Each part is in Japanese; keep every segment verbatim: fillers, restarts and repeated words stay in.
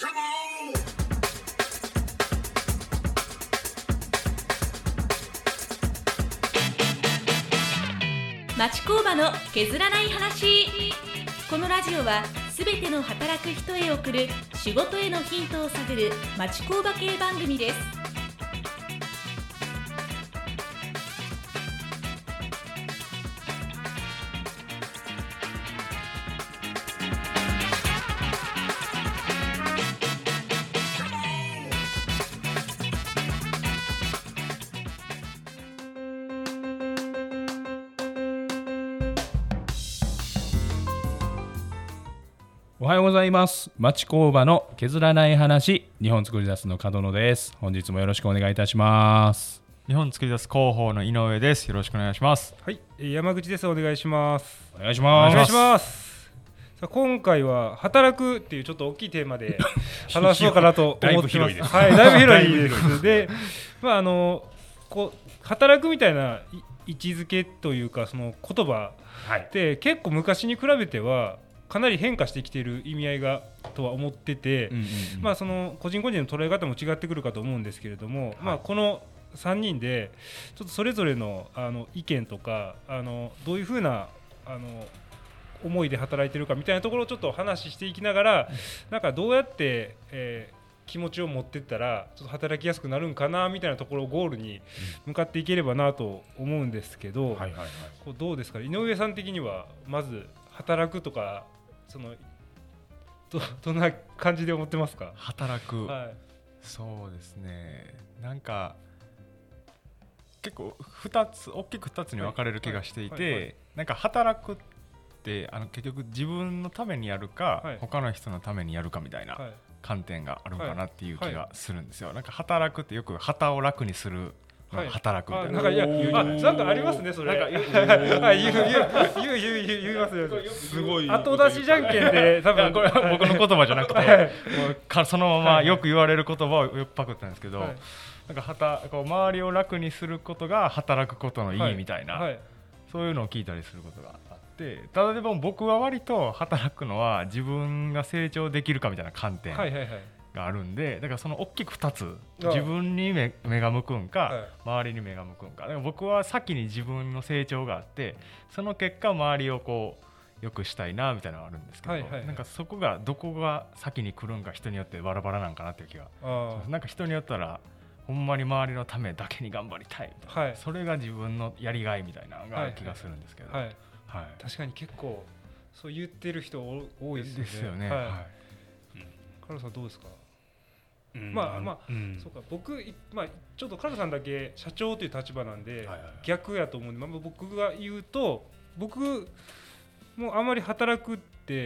町工場の削らない話。このラジオはすべての働く人へ送る仕事へのヒントを探る町工場系番組です。 おはようございます。町工場の削らない話、日本作り出すの門野です。本日もよろしくお願いいたします。 日本作り出す広報の井上です。よろしくお願いします。 はい、山口です。お願いします。 お願いします。 お願いします。さあ今回は働くっていうちょっと大きいテーマで話そうかなと思ってます。だいぶ広いです。はい、だいぶ広いです。で、まああのこう働くみたいな位置づけというかその言葉って、はい、結構昔に比べてはかなり変化してきている意味合いがとは思ってて、うんうんうん、まあ、その個人個人の捉え方も違ってくるかと思うんですけれども、はい、まあ、このさんにんでちょっとそれぞれ の, あの意見とかあのどういうふうなあの思いで働いてるかみたいなところをちょっと話していきながら、うん、なんかどうやって、えー、気持ちを持っていったらちょっと働きやすくなるんかなみたいなところをゴールに向かっていければなと思うんですけど、うん、はいはいはい、こうどうですか、井上さん的にはまず働くとかその ど, どんな感じで思ってますか？ 働く、 はい、 そうですね、なんか結構ふたつ大きくふたつに分かれる気がしていて、はいはいはい、なんか働くってあの結局自分のためにやるか、はい、他の人のためにやるかみたいな観点があるかなっていう気がするんですよ、はいはい、なんか働くってよく旗を楽にする、はい、働くみたいな、 なんかいやあなんかありますね、それなんか言う言う言う言う言う言いますよ、 すごい後出しじゃんけんで多分これは僕の言葉じゃなくて、はい、もうかそのままよく言われる言葉をよくパクったんですけど、はい、なんかはたこう周りを楽にすることが働くことの意味みたいな、はいはい、そういうのを聞いたりすることがあって、ただでも僕は割と働くのは自分が成長できるかみたいな観点、はいはいはいがあるんで、だからその大きくふたつ、自分に 目, 目が向くんか、はい、周りに目が向くんか、だから僕は先に自分の成長があってその結果周りをこう良くしたいなみたいなのがあるんですけど、はいはいはい、なんかそこがどこが先に来るんか人によってバラバラなんかなっていう気が、なんか人によったらほんまに周りのためだけに頑張りたいみたいな、はい、それが自分のやりがいみたいなのがある気がするんですけど、はいはいはい、確かに結構そう言ってる人多いですよね。 ですよね、 はいはい、 カルさんどうですか？ うん、 まあまあ、うん、そうか、僕、まあ、ちょっとカルさんだけ社長という立場なんで、はいはいはい、逆やと思うんで、まあ、僕が言うと僕もあまり働くって、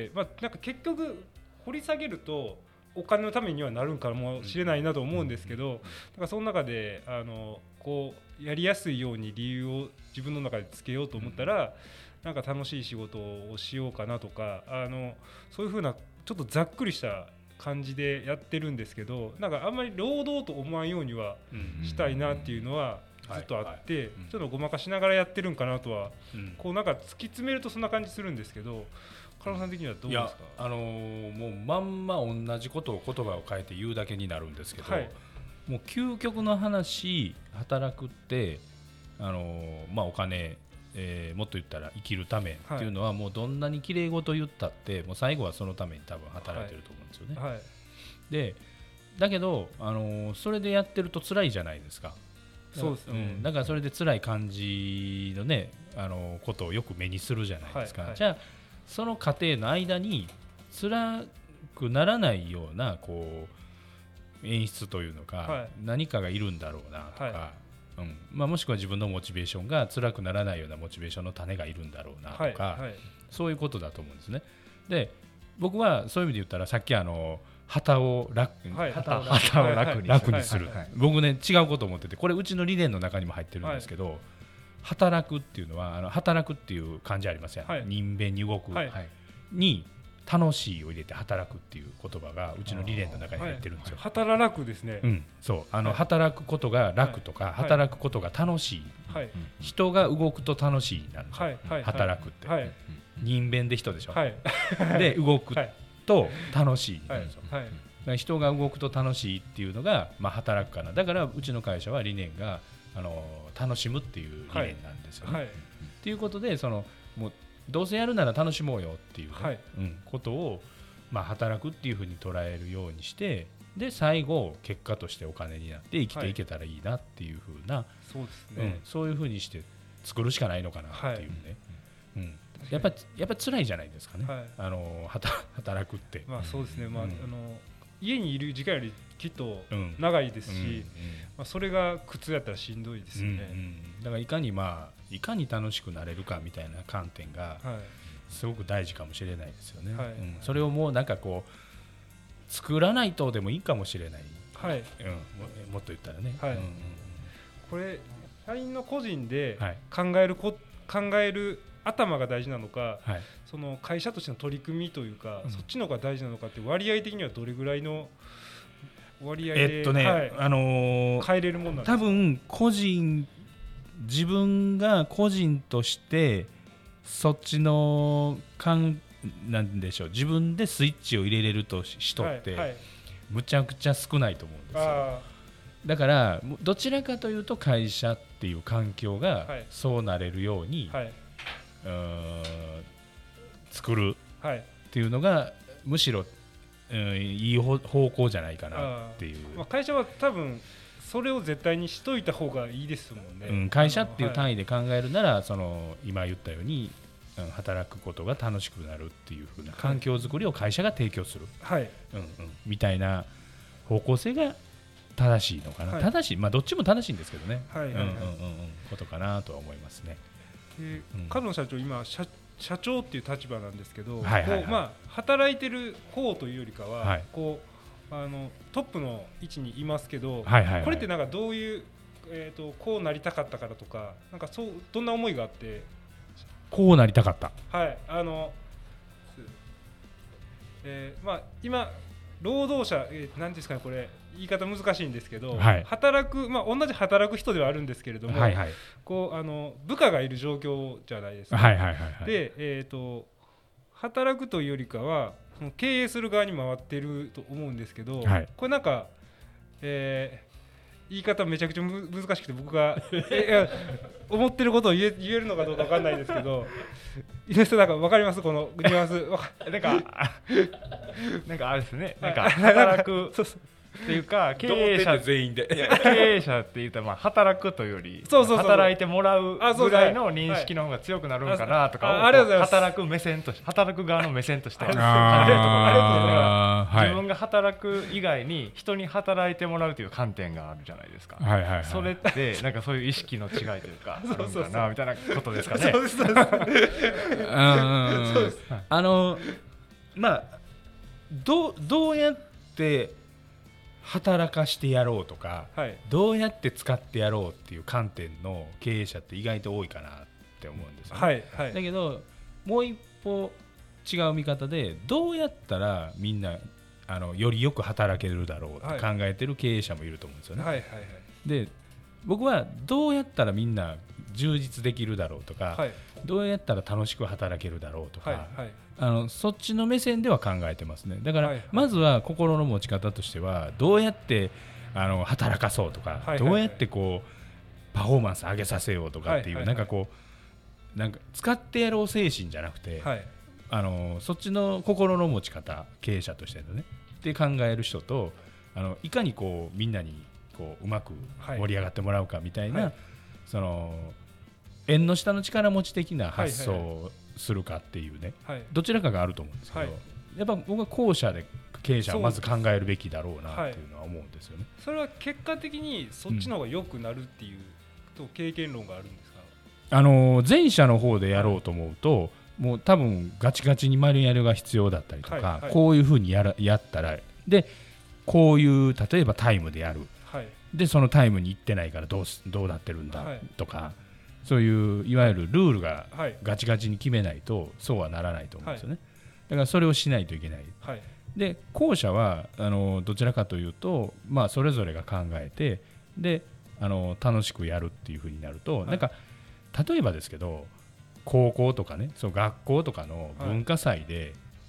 まあ、なんか結局掘り下げるとお金のためにはなるんかもしれないなと思うんですけど、だからその中であのこうやりやすいように理由を自分の中でつけようと思ったら、なんか楽しい仕事をしようかなとか、あのそういう風なちょっとざっくりした感じでやってるんですけど、なんかあんまり労働と思わんようにはしたいなっていうのはずっとあって、ちょっとごまかしながらやってるんかなとは、こうなんか突き詰めるとそんな感じするんですけど、カノさん的にはどうですか？いや、 あのー、もうまんま同じことを言葉を変えて言うだけになるんですけど、はい、もう究極の話、働くってあのー、まあお金、えー、もっと言ったら生きるためっていうのは、はい、もうどんなに綺麗事言ったってもう最後はそのために多分働いてると思うんですよね、はいはい、でだけど、あのー、それでやってると辛いじゃないですか。 そうですね、うん、 だからそれで辛い感じのね、あのー、ことをよく目にするじゃないですか、はいはい、じゃあその過程の間に辛くならないようなこう演出というのか、はい、何かがいるんだろうなとか、はい、うんまあ、もしくは自分のモチベーションが辛くならないようなモチベーションの種がいるんだろうなとか、はいはい、そういうことだと思うんですね。で僕はそういう意味で言ったらさっきあの旗を楽に、はい、旗を楽に、楽にする、はいはいはい、僕ね違うこと思ってて、これうちの理念の中にも入ってるんですけど、はい、働くっていうのはあの働くっていう漢字ありません、はい、人弁に動く、はい、に楽しいを入れて働くっていう言葉がうちの理念の中に入ってるんですよ。 働楽ですね、 うん、そうあの、はい、働くことが楽とか、はい、働くことが楽しい、はい、人が動くと楽しいなんですよ、はい、働くって、はい、人弁で人でしょ、はい、で動くと楽しいなんですよ、はいはい、 人が動くと楽しいっていうのが、まあ、働くかな。だからうちの会社は理念があの楽しむっていう理念なんですよね。はいはい、っていうことでそのもうどうせやるなら楽しもうよっていう、ねはいうん、ことを、まあ、働くっていうふうに捉えるようにしてで最後結果としてお金になって生きていけたらいいなっていうふうな、はい、そうですねうん、そういうふうにして作るしかないのかなっていうね、はいうん、やっぱやっぱ辛いじゃないですかね、はい、あの働くって。 まあそうですね、まあうん、あの家にいる時間よりきっと長いですし、うんうんうんまあ、それが苦痛やったらしんどいですよね、うんうん、 だからいかにまあいかに楽しくなれるかみたいな観点がすごく大事かもしれないですよね、はいうん、それをもうなんかこう作らないとでもいいかもしれない、はいうん、も, もっと言ったらね、はいうんうん、 これ社員の個人で考えるこ、はい、考える頭が大事なのか、はい、その会社としての取り組みというか、うん、そっちの方が大事なのかって割合的にはどれぐらいの割合で、 えっとねはいあのー、 変えれるもんなんですか。 多分個人自分が個人としてそっちのかんなんでしょう自分でスイッチを入れれると人って、はいはい、むちゃくちゃ少ないと思うんですよ。だからどちらかというと会社っていう環境がそうなれるように、はい、うーん作るっていうのがむしろ、うん、いい方向じゃないかなっていう。 まあ、会社は多分それを絶対にしといた方がいいですもんね、 うん、会社っていう単位で考えるなら、はい、その今言ったように、うん、働くことが楽しくなるっていう風な環境づくりを会社が提供する、はいうんうん、みたいな方向性が正しいのかな、はい、正しい、まあ、どっちも正しいんですけどね、はいはいはいうんうんうん、ことかなとは思いますね。 で角野社長今 社, 社長っていう立場なんですけど、はいはいはいこうまあ、働いてる方というよりかは、はい、こうあのトップの位置にいますけど、はいはいはい、これってなんかどういう、えー、とこうなりたかったからとか、なんかそうどんな思いがあってこうなりたかった、 はいあのえーまあ、今労働者、えー、なんですかねこれ言い方難しいんですけど、はい、働く、まあ、同じ働く人ではあるんですけれども、はいはい、こうあの部下がいる状況じゃないですか、はいはいはいはい、で、えーと、働くというよりかは経営する側に回ってると思うんですけど、はい、これなんか、えー、言い方めちゃくちゃむ難しくて僕が思ってることを言 え, 言えるのかどうか分かんないですけど井上さんなんか分かりますこのニュアンスなんかなんかあれですねなんか働くそうそうっていうか経営者全員で経営者って言ったらまあ働くというよりそうそうそう働いてもらうぐらいの認識の方が強くなるんかなとかを働く目線として働く側の目線として感じるところが自分が働く以外に人に働いてもらうという観点があるじゃないですか、はいはいはい、それってなんかそういう意識の違いというかあるんかなみたいなことですかね。そうですそうですあのまあどうどうやって働かしてやろうとか、はい、どうやって使ってやろうっていう観点の経営者って意外と多いかなって思うんですよね、はいはい、だけどもう一歩違う見方でどうやったらみんなあのよりよく働けるだろうって考えてる経営者もいると思うんですよね、はいはいはいはい、で僕はどうやったらみんな充実できるだろうとか、はい、どうやったら楽しく働けるだろうとか、はいはい、あのそっちの目線では考えてますね。だから、はいはい、まずは心の持ち方としてはどうやってあの働かそうとか、はいはいはい、どうやってこうパフォーマンス上げさせようとかっていう、はいはいはい、なんかこうなんか使ってやろう精神じゃなくて、はい、あのそっちの心の持ち方経営者としてのねって考える人とあのいかにこうみんなにこううまく盛り上がってもらうかみたいな、はい、その縁の下の力持ち的な発想をするかっていうね、はいはい、どちらかがあると思うんですけど、はい、やっぱ僕は後者で経営者はまず考えるべきだろうなっていうのは思うんですよね。 それは結果的にそっちの方が良くなるっていうと経験論があるんですか？ あの前者の方でやろうと思うと、はい、もう多分ガチガチにマニュアルが必要だったりとか、はいはい、こういうふうに や, らやったらでこういう例えばタイムでやる、はい、でそのタイムに行ってないからどうどうなってるんだ、はい、とかそういういわゆるルールがガチガチに決めないとそうはならないと思うんですよね、はい、だからそれをしないといけない、はい、で後者はあのどちらかというと、まあ、それぞれが考えてであの楽しくやるっていう風になると、はい、なんか例えばですけど高校とかねそう学校とかの文化祭で、はい、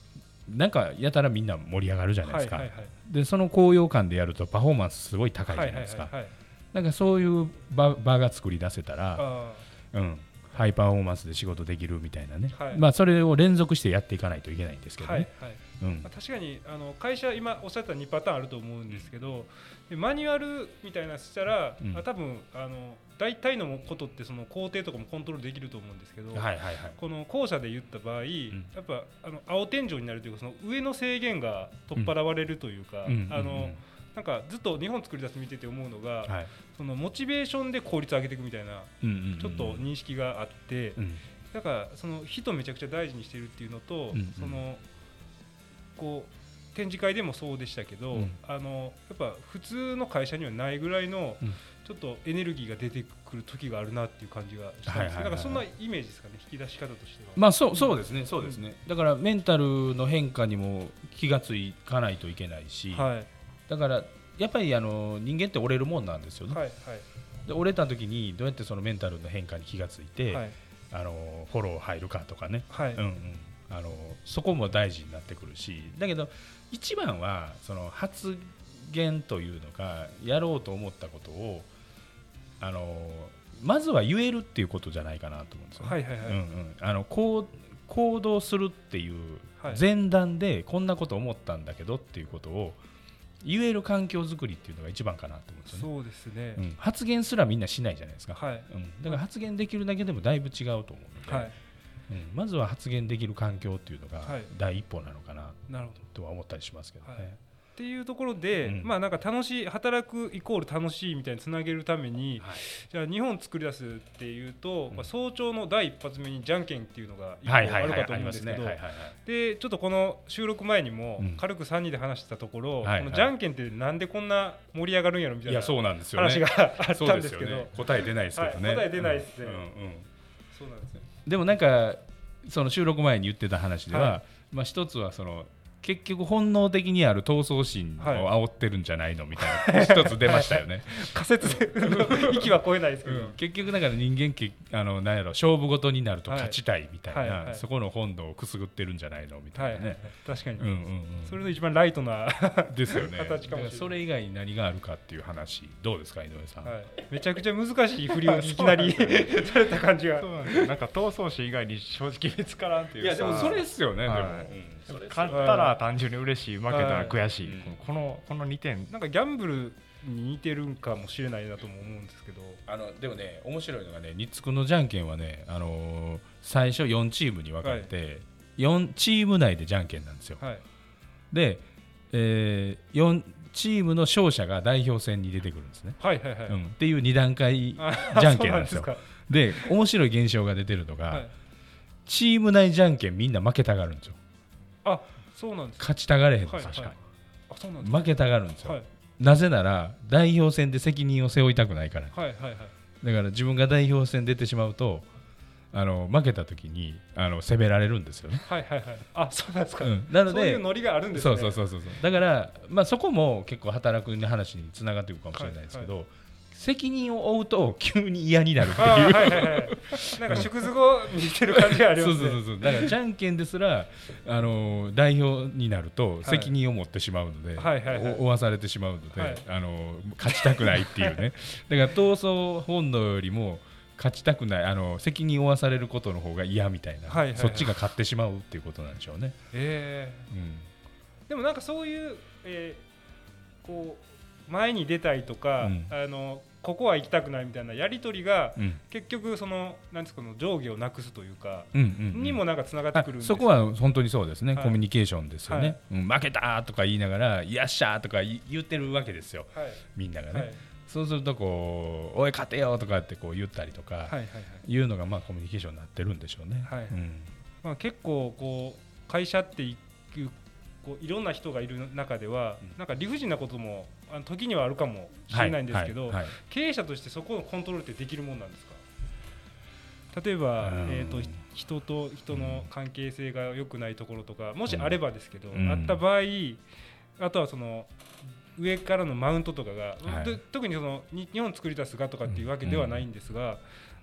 なんかやたらみんな盛り上がるじゃないですか、 はいはいはい、 でその高揚感でやるとパフォーマンスすごい高いじゃないですか、はいはいはいはい、なんかそういう場、場が作り出せたら、うん、ハイパフォーマンスで仕事できるみたいなね、はい、まあ、それを連続してやっていかないといけないんですけどね、はいはい、うん、 まあ、確かにあの会社今おっしゃったにパターンあると思うんですけど、でマニュアルみたいなしたら、うん、多分あの大体のことってその工程とかもコントロールできると思うんですけど、はいはいはい、この後者で言った場合、うん、やっぱあの青天井になるというかその上の制限が取っ払われるというか、うん、あの、うんうんうん、なんかずっと日本作り出す見てて思うのが、はい、そのモチベーションで効率を上げていくみたいな、うんうんうん、ちょっと認識があって、うん、だからその人めちゃくちゃ大事にしてるっていうのと、うんうん、そのこう展示会でもそうでしたけど、うん、あのやっぱ普通の会社にはないぐらいの、うん、ちょっとエネルギーが出てくる時があるなっていう感じがしたんですけど、はいはいはいはい、だからそんなイメージですかね、引き出し方としては。 まあそう、そうですね、そうですね、うん、だからメンタルの変化にも気がつかないといけないし、はい、だからやっぱりあの人間って折れるもんなんですよね、はいはい、で折れた時にどうやってそのメンタルの変化に気がついて、はい、あのフォロー入るかとかね、はい、うんうん、あのそこも大事になってくるし、だけど一番はその発言というのがやろうと思ったことをあのまずは言えるっていうことじゃないかなと思うんですよね、はいはいはい、うんうん、あのこう行動するっていう前段でこんなこと思ったんだけどっていうことを言える環境づくりっていうのが一番かなと思うんですよね。 そうですね、 うん、発言すらみんなしないじゃないですか、はい、うん、だから発言できるだけでもだいぶ違うと思うので、はい、うん、まずは発言できる環境っていうのが第一歩なのかなとは思ったりしますけどね、はい、 っていうところで、うん、まあなんか楽しい働くイコール楽しいみたいにつなげるために、はい、じゃあ日本作り出すっていうと、うん、まあ、早朝の第一発目にじゃんけんっていうのがあるかと思うんですけど、でちょっとこの収録前にも軽くさんにんで話してたところ、うん、このじゃんけんってなんでこんな盛り上がるんやろみたいな話があったんですけど、 ね、答え出ないですけどね、 はい、答え出ないですね、うんうんうん、 そうなんですね。でもなんかその収録前に言ってた話では、はい、まあ、一つはその結局本能的にある闘争心を煽ってるんじゃないのみたいな、はい、一つ出ましたよね仮説で息は超えないですけど、うん、 結局だから人間けあのなんやろ勝負事になると勝ちたいみたいな、はいはいはい、そこの本能をくすぐってるんじゃないのみたいなね、はいはいはい、 確かに、うんうんうん、それの一番ライトなですよね形かもしれない。 それ以外に何があるかっていう話どうですか井上さん、はい、 めちゃくちゃ難しい振りをいきなりされた感じがそうなんですよ。なんか闘争心以外に正直見つからんっていうか、 いやでもそれですよね、はい、でも、 うん、勝ったら単純に嬉しい、負けたら悔しい、はい、このこのにてんなんかギャンブルに似てるんかもしれないなとも思うんですけど、 あのでもね面白いのがね、ニッツくんのじゃんけんはね、あのー、最初よんチームに分かれて、はい、よんチーム内でじゃんけんなんですよ、はい、で、えー、よんチームの勝者が代表戦に出てくるんですね、はいはいはい、うん、っていうに段階じゃんけんなんですよ。で面白い現象が出てるのが、はい、チーム内じゃんけんみんな負けたがるんですよ。 あ、そうなんですか。 勝ちたがれへんです、はいはい、確かに。あ、そうなんですか。負けたがるんですよ、はい、なぜなら代表戦で責任を背負いたくないから、はいはいはい、だから自分が代表戦出てしまうとあの負けた時にあの責められるんですよね。 はいはいはい。あ、そうなんですか、うん、なのでそういうノリがあるんですね。 そうそうそうそう。だから、まあ、そこも結構働く話につながっていくかもしれないですけど、はいはい、責任を負うと急に嫌になるっていう、はいはいはい、 なんか縮図語に似てる感じがありますね。 そうそうそう。だからじゃんけんですらあの代表になると責任を持ってしまうので、はいはいはいはい、負わされてしまうので、はい、あの勝ちたくないっていうねだから闘争本能よりも勝ちたくない、あの責任を負わされることの方が嫌みたいな、はいはいはい、そっちが勝ってしまうっていうことなんでしょうね。 えーうん、でもなんかそういう、えー、こう前に出たいとか、うん、あのここは行きたくないみたいなやり取りが、うん、結局そのなんですかの上下をなくすというか、うんうんうん、にもなんかつながってくるんです。 そこは本当にそうですね、はい、コミュニケーションですよね、はいうん、負けたとか言いながらよっしゃーとか言ってるわけですよ、はい、みんながね、はい、そうするとこうおい勝てよとかってこう言ったりとか、はいはいはい、いうのがまあコミュニケーションになってるんでしょうね、はいうんまあ、結構こう会社っていうこういろんな人がいる中では、うん、なんか理不尽なこともあの時にはあるかもしれないんですけど、はいはいはい、経営者としてそこのコントロールってできるもんなんですか。例えば、えー、と人と人の関係性が良くないところとかもしあればですけど、うん、あった場合あとはその上からのマウントとかが、はい、特にその日本作り出すがとかっていうわけではないんですが、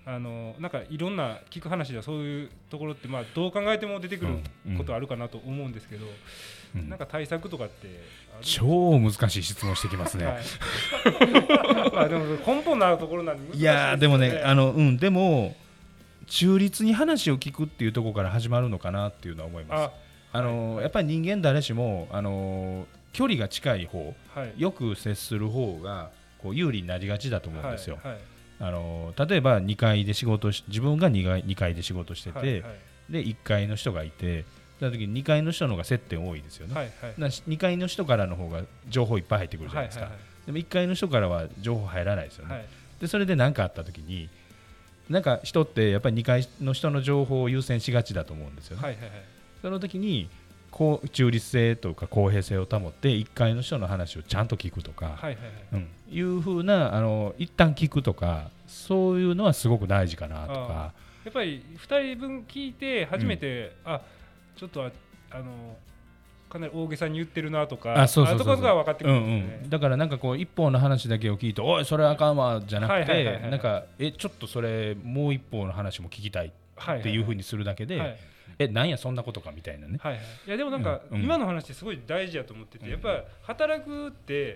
あのなんかいろんな聞く話ではそういうところってまあどう考えても出てくることあるかなと思うんですけど、うんうん、なんか対策とかってある？ 超難しい質問してきますね、はい、 まあでも根本のあるところなんで難しいですね。 いやでもねあの、うん、でも中立に話を聞くっていうところから始まるのかなっていうのは思います。ああの、はい、やっぱり人間誰しもあの距離が近い方、はい、よく接する方がこう有利になりがちだと思うんですよ、はいはい、あの例えばにかいで仕事し自分が 2, 階にかいで仕事してて、はいはい、でいっかいの人がいてその時ににかいの人の方が接点多いですよね、はいはい、にかいの人からの方が情報いっぱい入ってくるじゃないですか、はいはいはい、でもいっかいの人からは情報入らないですよね、はい、でそれで何かあった時になんか人ってやっぱりにかいの人の情報を優先しがちだと思うんですよね、はいはいはい、その時にこう中立性とか公平性を保っていっかいの人の話をちゃんと聞くとか、はいはいはいうん、いう風なあの一旦聞くとかそういうのはすごく大事かなとか。 やっぱりふたりぶん聞いて初めて、うん、あちょっと あ, あのかなり大げさに言ってるなとかあそうそうそうそうあとかが分かってくるんですね、 うんうん、だからなんかこう一方の話だけを聞いておいそれあかんわじゃなくてなんかえちょっとそれもう一方の話も聞きたいっていう風にするだけで、はいはいはいえなんやそんなことかみたいなね、はいはい、 いやでもなんか今の話ってすごい大事やと思ってて、うん、やっぱ働くって、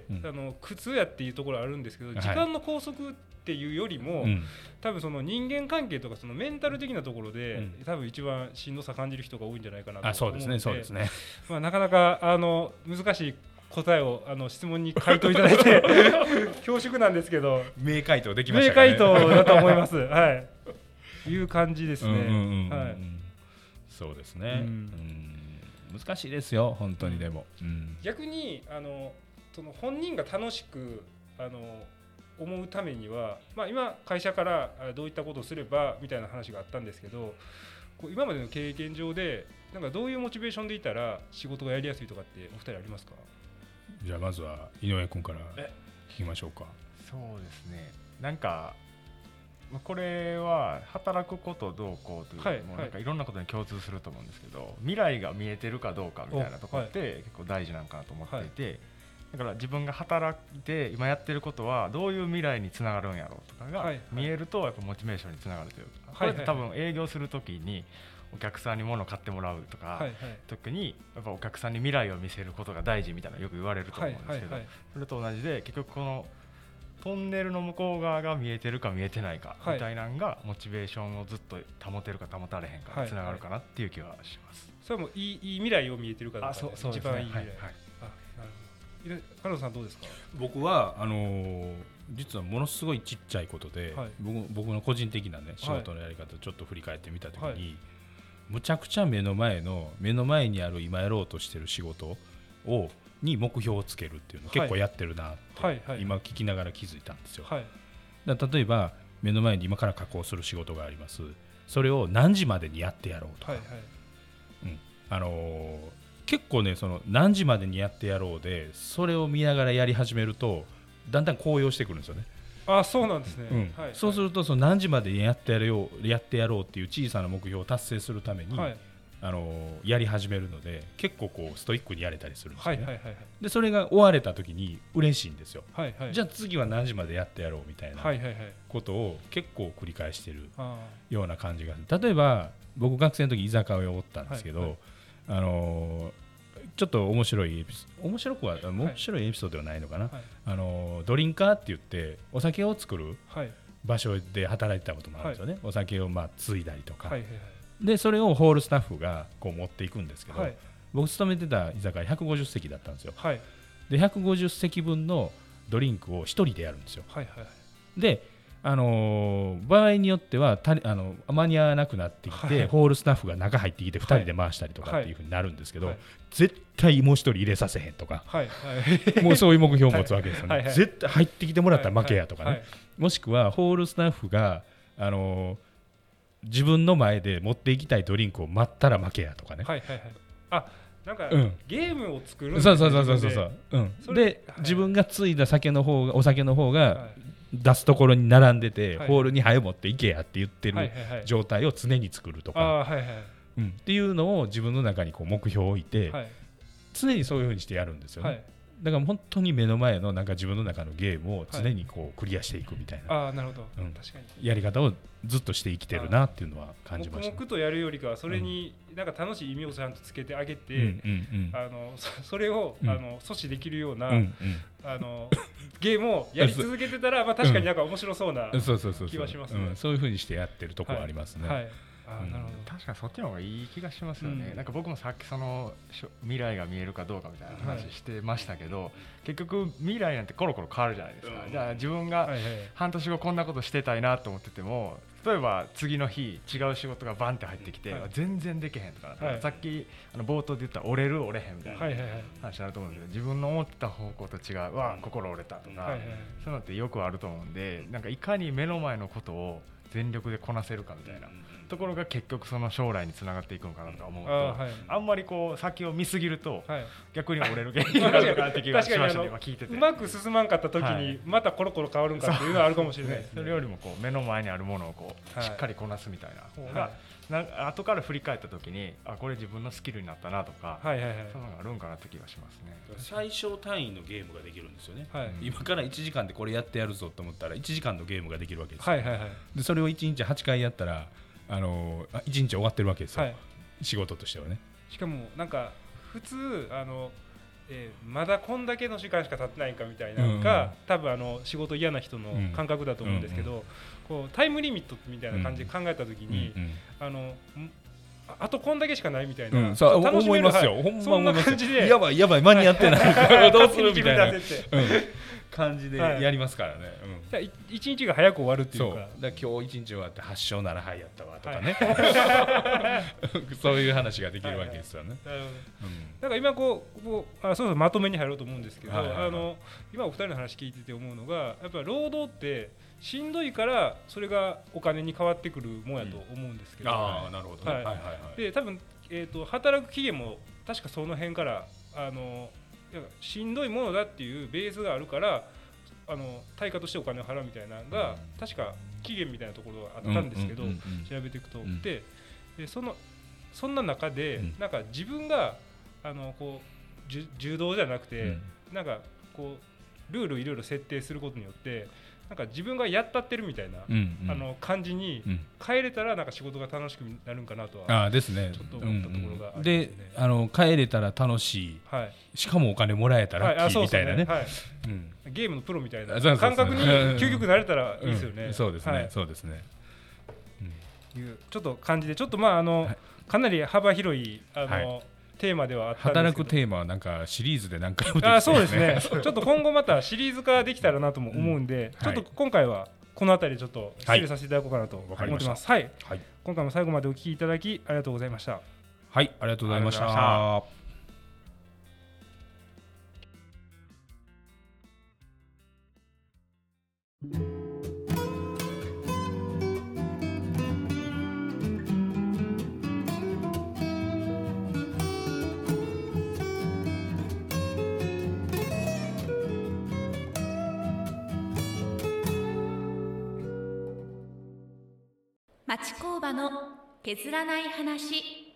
うん、あの苦痛やっていうところあるんですけど、うん、時間の拘束っていうよりも、はい、多分その人間関係とかそのメンタル的なところで、うん、多分一番しんどさ感じる人が多いんじゃないかなと思うので、あそうですねそうですね、まあ、なかなかあの難しい答えをあの質問に回答いただいて恐縮なんですけど名回答できましたかね。 名回答だと思いますはいいう感じですね、うんうんうんうん、はいそうですね、うんうん、難しいですよ本当に。でも、うん、 逆にあのその本人が楽しくあの思うためには、まあ、今会社からどういったことをすればみたいな話があったんですけどこう今までの経験上でなんかどういうモチベーションでいたら仕事がやりやすいとかってお二人ありますか？ じゃあまずは井上君から聞きましょうか。 そうですねなんかこれは働くことどうこうという、はい、もうなんかいろんなことに共通すると思うんですけど、はい、未来が見えてるかどうかみたいなところって結構大事なのかなと思っていて、はい、だから自分が働いて今やってることはどういう未来につながるんやろうとかが見えるとやっぱモチベーションにつながるというか、これって多分営業するときにお客さんに物を買ってもらうとか、はいはい、特にやっぱお客さんに未来を見せることが大事みたいなのよく言われると思うんですけど、はいはいはい、それと同じで結局このトンネルの向こう側が見えてるか見えてないかみたいなのがモチベーションをずっと保てるか保たれへんかにつながるかなっていう気はします、はいはい、 それもいい、いい未来を見えてるかどうか、ね、 そうそうですね、 一番いい未来、はいはい、あなるほど。加藤さんどうですか？ 僕はあのー、実はものすごいちっちゃいことで、はい、僕, 僕の個人的な、ね、仕事のやり方をちょっと振り返ってみたときに、はい、むちゃくちゃ目の前の目の前にある今やろうとしてる仕事をに目標をつけるっていうのを結構やってるなって、はいはいはい、今聞きながら気づいたんですよ、はい、だ例えば目の前に今から加工する仕事があります。それを何時までにやってやろうとか、はいはいうんあのー、結構ねその何時までにやってやろうでそれを見ながらやり始めるとだんだん高揚してくるんですよね。 あそうなんですね、 うんはい、そうするとその何時までにやってやろう、やってやろうっていう小さな目標を達成するために、はいあのー、やり始めるので結構こうストイックにやれたりするんですよね、はいはいはいはい、でそれが終われた時に嬉しいんですよ、はいはい、じゃあ次は何時までやってやろうみたいなことを結構繰り返しているような感じが、例えば僕学生の時居酒屋をおったんですけど、はいはい、あのー、ちょっと面白いエピソード面白くは面白いエピソードではないのかな、はい、あのー、ドリンカーって言ってお酒を作る場所で働いてたこともあるんですよね、はい、お酒をまあ継いだりとか、はいはいはい、でそれをホールスタッフがこう持っていくんですけど、はい、僕勤めてた居酒屋ひゃくごじゅっせきだったんですよ、はい、でひゃくごじゅっせきぶんのドリンクをひとりでやるんですよ、はいはい、で、あのー、場合によってはたあの間に合わなくなってきて、はい、ホールスタッフが中入ってきてふたりで回したりとかっていう風になるんですけど、はいはい、絶対もうひとり入れさせへんとか、はいはい、もうそういう目標を持つわけですよね、はいはい、絶対入ってきてもらったら負けやとかね、はいはいはい、もしくはホールスタッフが、あのー自分の前で持っていきたいドリンクを待ったら負けやとかね、はいはいはい、 あなんか、うん、ゲームを作るんですね、そうそうそうそうそう、うん、で、はい、自分がついだ酒の方がお酒の方が出すところに並んでて、はい、ホールに早持っていけやって言ってる状態を常に作るとか、はいはいはい、うん、っていうのを自分の中にこう目標を置いて、はい、常にそういう風にしてやるんですよね、はい、 だから本当に目の前のなんか自分の中のゲームを常にこうクリアしていくみたいな、 はい、あなるほど、 うん、 確かにやり方をずっとして生きてるなっていうのは感じました、ね、 黙々とやるよりかはそれになんか楽しい意味をちゃんとつけてあげて、 うんうんうん、 あの そ, それを、うん、あの阻止できるような、 うんうん、 あのゲームをやり続けてたら、まあ、確かになんか面白そうな気はしますね。 そういう風にしてやってるところありますね、 はいはい、あなるほど、 確かにそっちの方がいい気がしますよね、うん、なんか僕もさっきその未来が見えるかどうかみたいな話してましたけど、はい、結局未来なんてコロコロ変わるじゃないですか、うん、じゃあ自分が半年後こんなことしてたいなと思ってても、例えば次の日違う仕事がバンって入ってきて、はい、全然できへんとか、はい、さっきあの冒頭で言った折れる折れへんみたいな話になると思うんですけど、自分の思ってた方向と違う、わあ心折れたとか、はいはい、そういうのってよくあると思うんで、なんかいかに目の前のことを全力でこなせるかみたいなところが結局その将来につながっていくのかなと思うと、 あ,、はい、あんまりこう先を見すぎると逆に折れる原因になるかなって気がしましたね。今聞いててうまく進まんかった時にまたコロコロ変わるんかっていうのはあるかもしれないですね。 それよりもこう目の前にあるものをこうしっかりこなすみたいな方が、はい、な後から振り返った時にあこれ自分のスキルになったなとか、はいはいはい、そういうのがあるんかなって気がしますね。 最小単位のゲームができるんですよね、はい、今からいちじかんでこれやってやるぞと思ったらいちじかんのゲームができるわけですよ、はいはいはい、でそれをいちにちはちかいやったらあのいちにち終わってるわけですよ、はい、仕事としてはね。 しかもなんか普通あの、えー、まだこんだけの時間しか経ってないんかみたいなのが、うんうん、多分あの仕事嫌な人の感覚だと思うんですけど、うんうん、こうタイムリミットみたいな感じで考えたときに、うんうん、あのあとこんだけしかないみたいな、うん、 そう楽しめる思いますよ、はい、ほんま思いますよ。やばいやばい間に合ってないどうするみたいな、うん、感じでやりますからね、 はい、うん、一日が早く終わるっていうか、 そうだ今日一日終わってはっしょうななはいやったわとかね、はい、そういう話ができるわけですよね。はいはい、なるほど、うん、なんか今こう、こうあそうそうまとめに入ろうと思うんですけど、はいはいはい、あの今お二人の話聞いてて思うのがやっぱり労働ってしんどいからそれがお金に変わってくるもんやと思うんですけど、うん、 ああなるほどね、はいはいはい、 で多分、えーと、働く期限も確かその辺からあのしんどいものだっていうベースがあるからあの対価としてお金を払うみたいなのが、うん、確か期限みたいなところがあったんですけど、うんうんうんうん、調べていくと、うん、で, で そ, のそんな中で、うん、なんか自分があのこう柔道じゃなくて、うん、なんかこうルールいろいろ設定することによってなんか自分がやったってるみたいな、うんうん、あの感じに変えれたらなんか仕事が楽しくなるんかなとは、 あですね、 ちょっと思ったところがありますね。 であの変えれたら楽しい、はい、しかもお金もらえたらラッキーみたいなね、はいうん、ゲームのプロみたいな感覚に究極なれたらいいですよね、 うん、そうですね、はい、そうですね、 うん、いうちょっと感じでちょっとまああの、はい、かなり幅広いあの、はいテーマではあったんですけど、 働くテーマはなんかシリーズで何回もできてますね。あ、そうですねちょっと今後またシリーズ化できたらなとも思うんで、うん、ちょっと今回はこの辺りでちょっと失礼させていただこうかなと思ってます。はい、はい、今回も最後までお聞きいただきありがとうございました。 はい、ありがとうございました。 町工場の削らない話。